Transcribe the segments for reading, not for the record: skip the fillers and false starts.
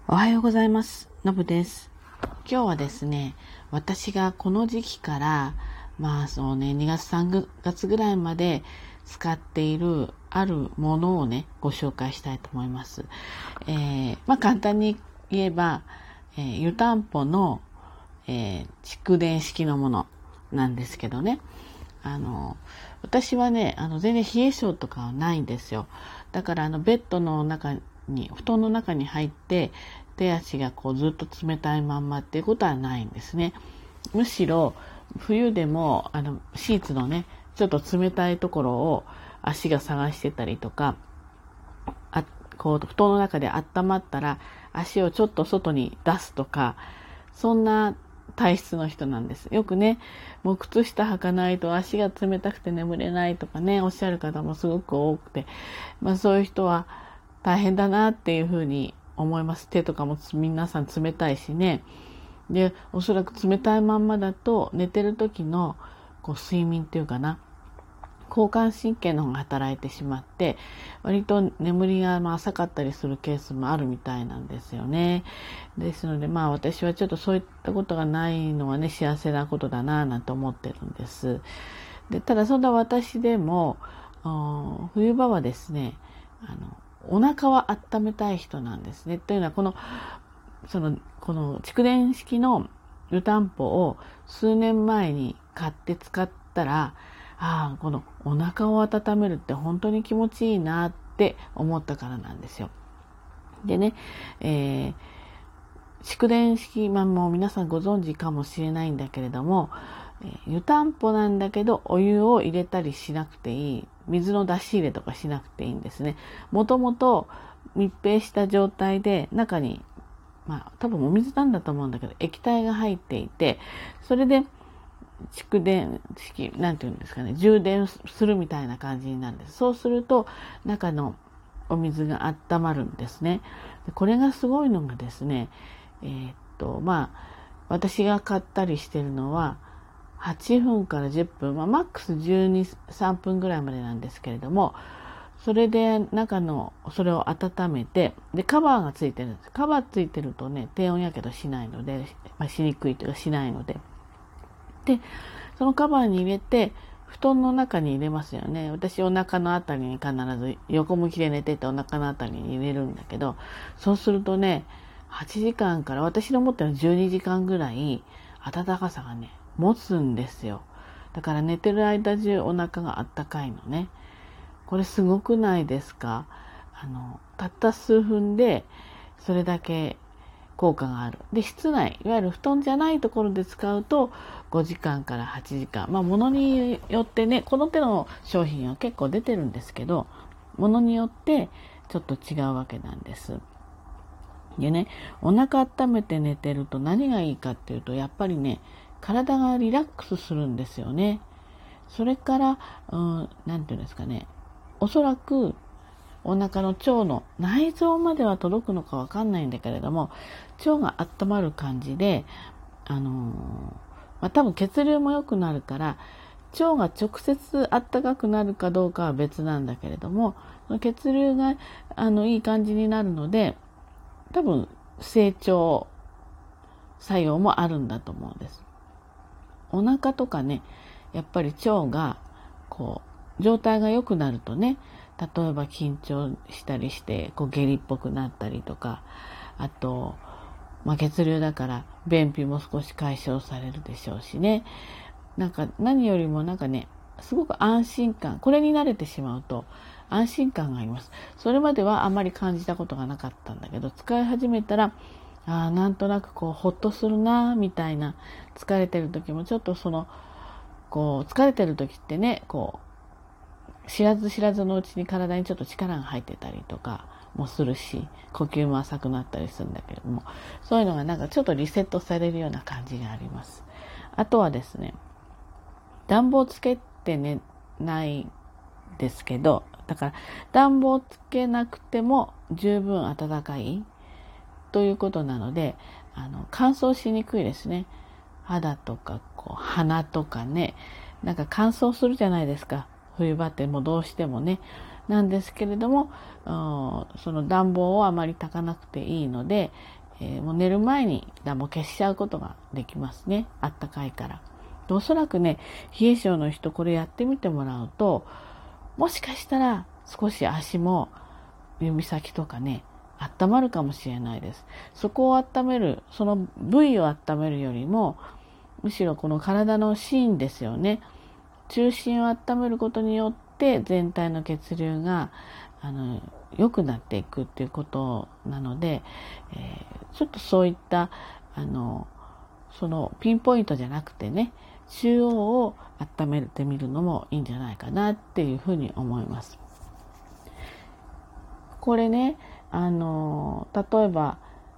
おはようございます。のぶです。今日はですね、私がこの時期から、2月3月ぐらいまで使っているあるものをね、ご紹介したいと思います。簡単に言えば、湯たんぽの、蓄電式のものなんですけどね。私はね、全然冷え性とかはないんですよ。だからベッドの中に、布団の中に入って、手足がずっと冷たいまんまっていうことはないんですね。むしろ、冬でも、シーツのね、ちょっと冷たいところを足が探してたりとか、布団の中で温まったら、足をちょっと外に出すとか、そんな体質の人なんです。よくね、もう靴下履かないと足が冷たくて眠れないとかね、おっしゃる方もすごく多くて、そういう人は大変だなっていうふうに思います。手とかも皆さん冷たいしね。で、おそらく冷たいまんまだと寝てる時の睡眠っていうかな、交感神経の方が働いてしまって、割と眠りが浅かったりするケースもあるみたいなんですよね。ですので私はちょっとそういったことがないのはね、幸せなことだなぁなんて思ってるんです。で、ただそんな私でも、冬場はですね、お腹は温めたい人なんですね。というのはこの蓄電式の湯たんぽを数年前に買って使ったら、このお腹を温めるって本当に気持ちいいなって思ったからなんですよ。でね、蓄電式、もう皆さんご存知かもしれないんだけれども、湯たんぽなんだけどお湯を入れたりしなくていい、水の出し入れとかしなくていいんですね。もともと密閉した状態で中に多分お水なんだと思うんだけど液体が入っていて、それで蓄電式、なんていうんですかね、充電するみたいな感じになるんです。そうすると中のお水が温まるんですね。でこれがすごいのがですね、私が買ったりしてるのは8分から10分、マックス12、3分ぐらいまでなんですけれども、それでそれを温めて、で、カバーがついてるんです。カバーついてるとね、低温やけどしないので、しにくいというかしないので。で、そのカバーに入れて、布団の中に入れますよね。私お腹のあたりに必ず横向きで寝ててお腹のあたりに入れるんだけど、そうするとね、8時間から私の持ってるのは12時間ぐらい暖かさがね、持つんですよ。だから寝てる間中お腹があったかいのね。これすごくないですか？たった数分でそれだけ効果がある。で、室内、いわゆる布団じゃないところで使うと5時間から8時間。ものによってね、この手の商品は結構出てるんですけど、ものによってちょっと違うわけなんです。でね、お腹温めて寝てると何がいいかっていうと、やっぱりね、体がリラックスするんですよね。それから、なんていうんですかね、おそらくお腹の腸の内臓までは届くのかわかんないんだけれども、腸が温まる感じで、多分血流も良くなるから、腸が直接温かくなるかどうかは別なんだけれども、血流がいい感じになるので、多分成長作用もあるんだと思うんです。お腹とかね、やっぱり腸が状態が良くなるとね、例えば緊張したりして下痢っぽくなったりとか、あと、血流だから便秘も少し解消されるでしょうしね。何よりもすごく安心感、これに慣れてしまうと安心感があります。それまではあまり感じたことがなかったんだけど、使い始めたらなんとなくほっとするなみたいな。疲れてる時もちょっと疲れてる時ってね、知らず知らずのうちに体にちょっと力が入ってたりとかもするし、呼吸も浅くなったりするんだけれども、そういうのがちょっとリセットされるような感じがあります。あとはですね、暖房つけて寝ないですけど、だから暖房つけなくても十分暖かいということなので、乾燥しにくいですね。肌とか鼻とかね、乾燥するじゃないですか。冬場ってもうどうしてもね、 なんですけれども、その暖房をあまり焚かなくていいので、もう寝る前に暖房消しちゃうことができますね。あったかいから。おそらくね、冷え性の人これやってみてもらうと、もしかしたら少し足も指先とかね、温まるかもしれないです。そこを温める、その部位を温めるよりも、むしろこの体の芯ですよね。中心を温めることによって全体の血流が良くなっていくっていうことなので、ちょっとそういったそのピンポイントじゃなくてね、中央を温めてみるのもいいんじゃないかなっていうふうに思います。これね、例えば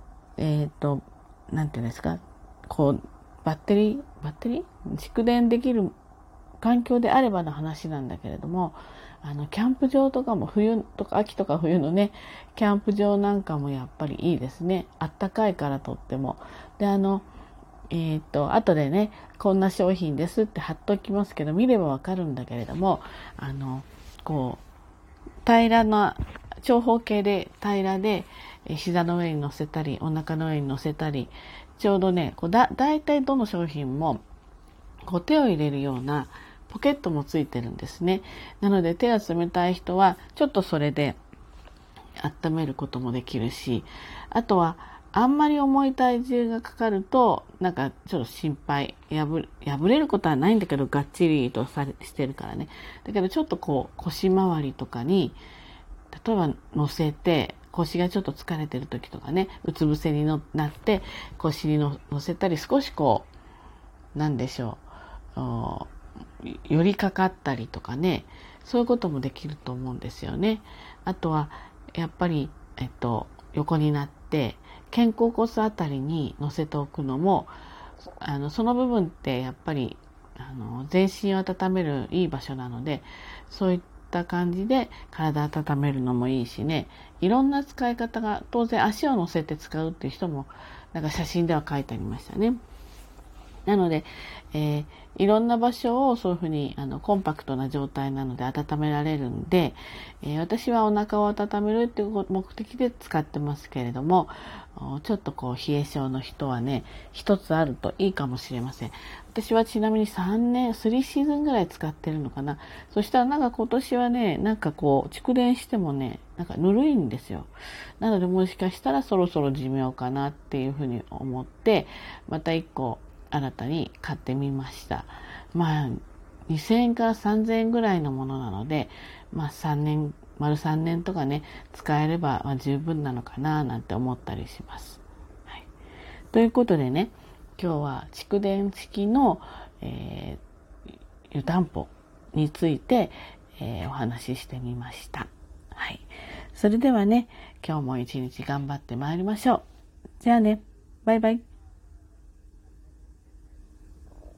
なんていうんですか、こうバッテリー蓄電できる環境であればの話なんだけれども、キャンプ場とかも冬とか秋とか冬のね、キャンプ場なんかもやっぱりいいですね。あったかいからとっても。で、後でね、こんな商品ですって貼っときますけど、見ればわかるんだけれども、こう、平らな、長方形で平らで、膝の上に乗せたり、お腹の上に乗せたり、ちょうどね、だいたいどの商品も、こう手を入れるようなポケットもついてるんですね。なので手が冷たい人はちょっとそれで温めることもできるし、あとはあんまり重い体重がかかるとなんかちょっと心配、破れることはないんだけど、がっちりとしてるからね。だけどちょっとこう腰回りとかに例えば乗せて、腰がちょっと疲れてる時とかね、うつ伏せになって腰に乗せたり、少しこうなんでしょう、寄りかかったりとかね、そういうこともできると思うんですよね。あとはやっぱり、横になって肩甲骨あたりに乗せておくのも、その部分ってやっぱり全身を温めるいい場所なので、そういった感じで体温めるのもいいしね、いろんな使い方が、当然足を乗せて使うっていう人もなんか写真では書いてありましたね。なので、いろんな場所をそういうふうにコンパクトな状態なので温められるんで、私はお腹を温めるっていう目的で使ってますけれども、ちょっとこう冷え性の人はね、一つあるといいかもしれません。私はちなみに3シーズンぐらい使ってるのかな。そしたらなんか今年はね、なんかこう蓄電してもね、なんかぬるいんですよ。なのでもしかしたらそろそろ寿命かなっていうふうに思って、また1個新たに買ってみました。まあ、2000円から3000円ぐらいのものなので、まあ丸3年とかね、使えれば十分なのかななんて思ったりします。はい、ということでね、今日は蓄電式の、湯たんぽについて、お話ししてみました。はい。それではね、今日も一日頑張ってまいりましょう。じゃあね、バイバイ。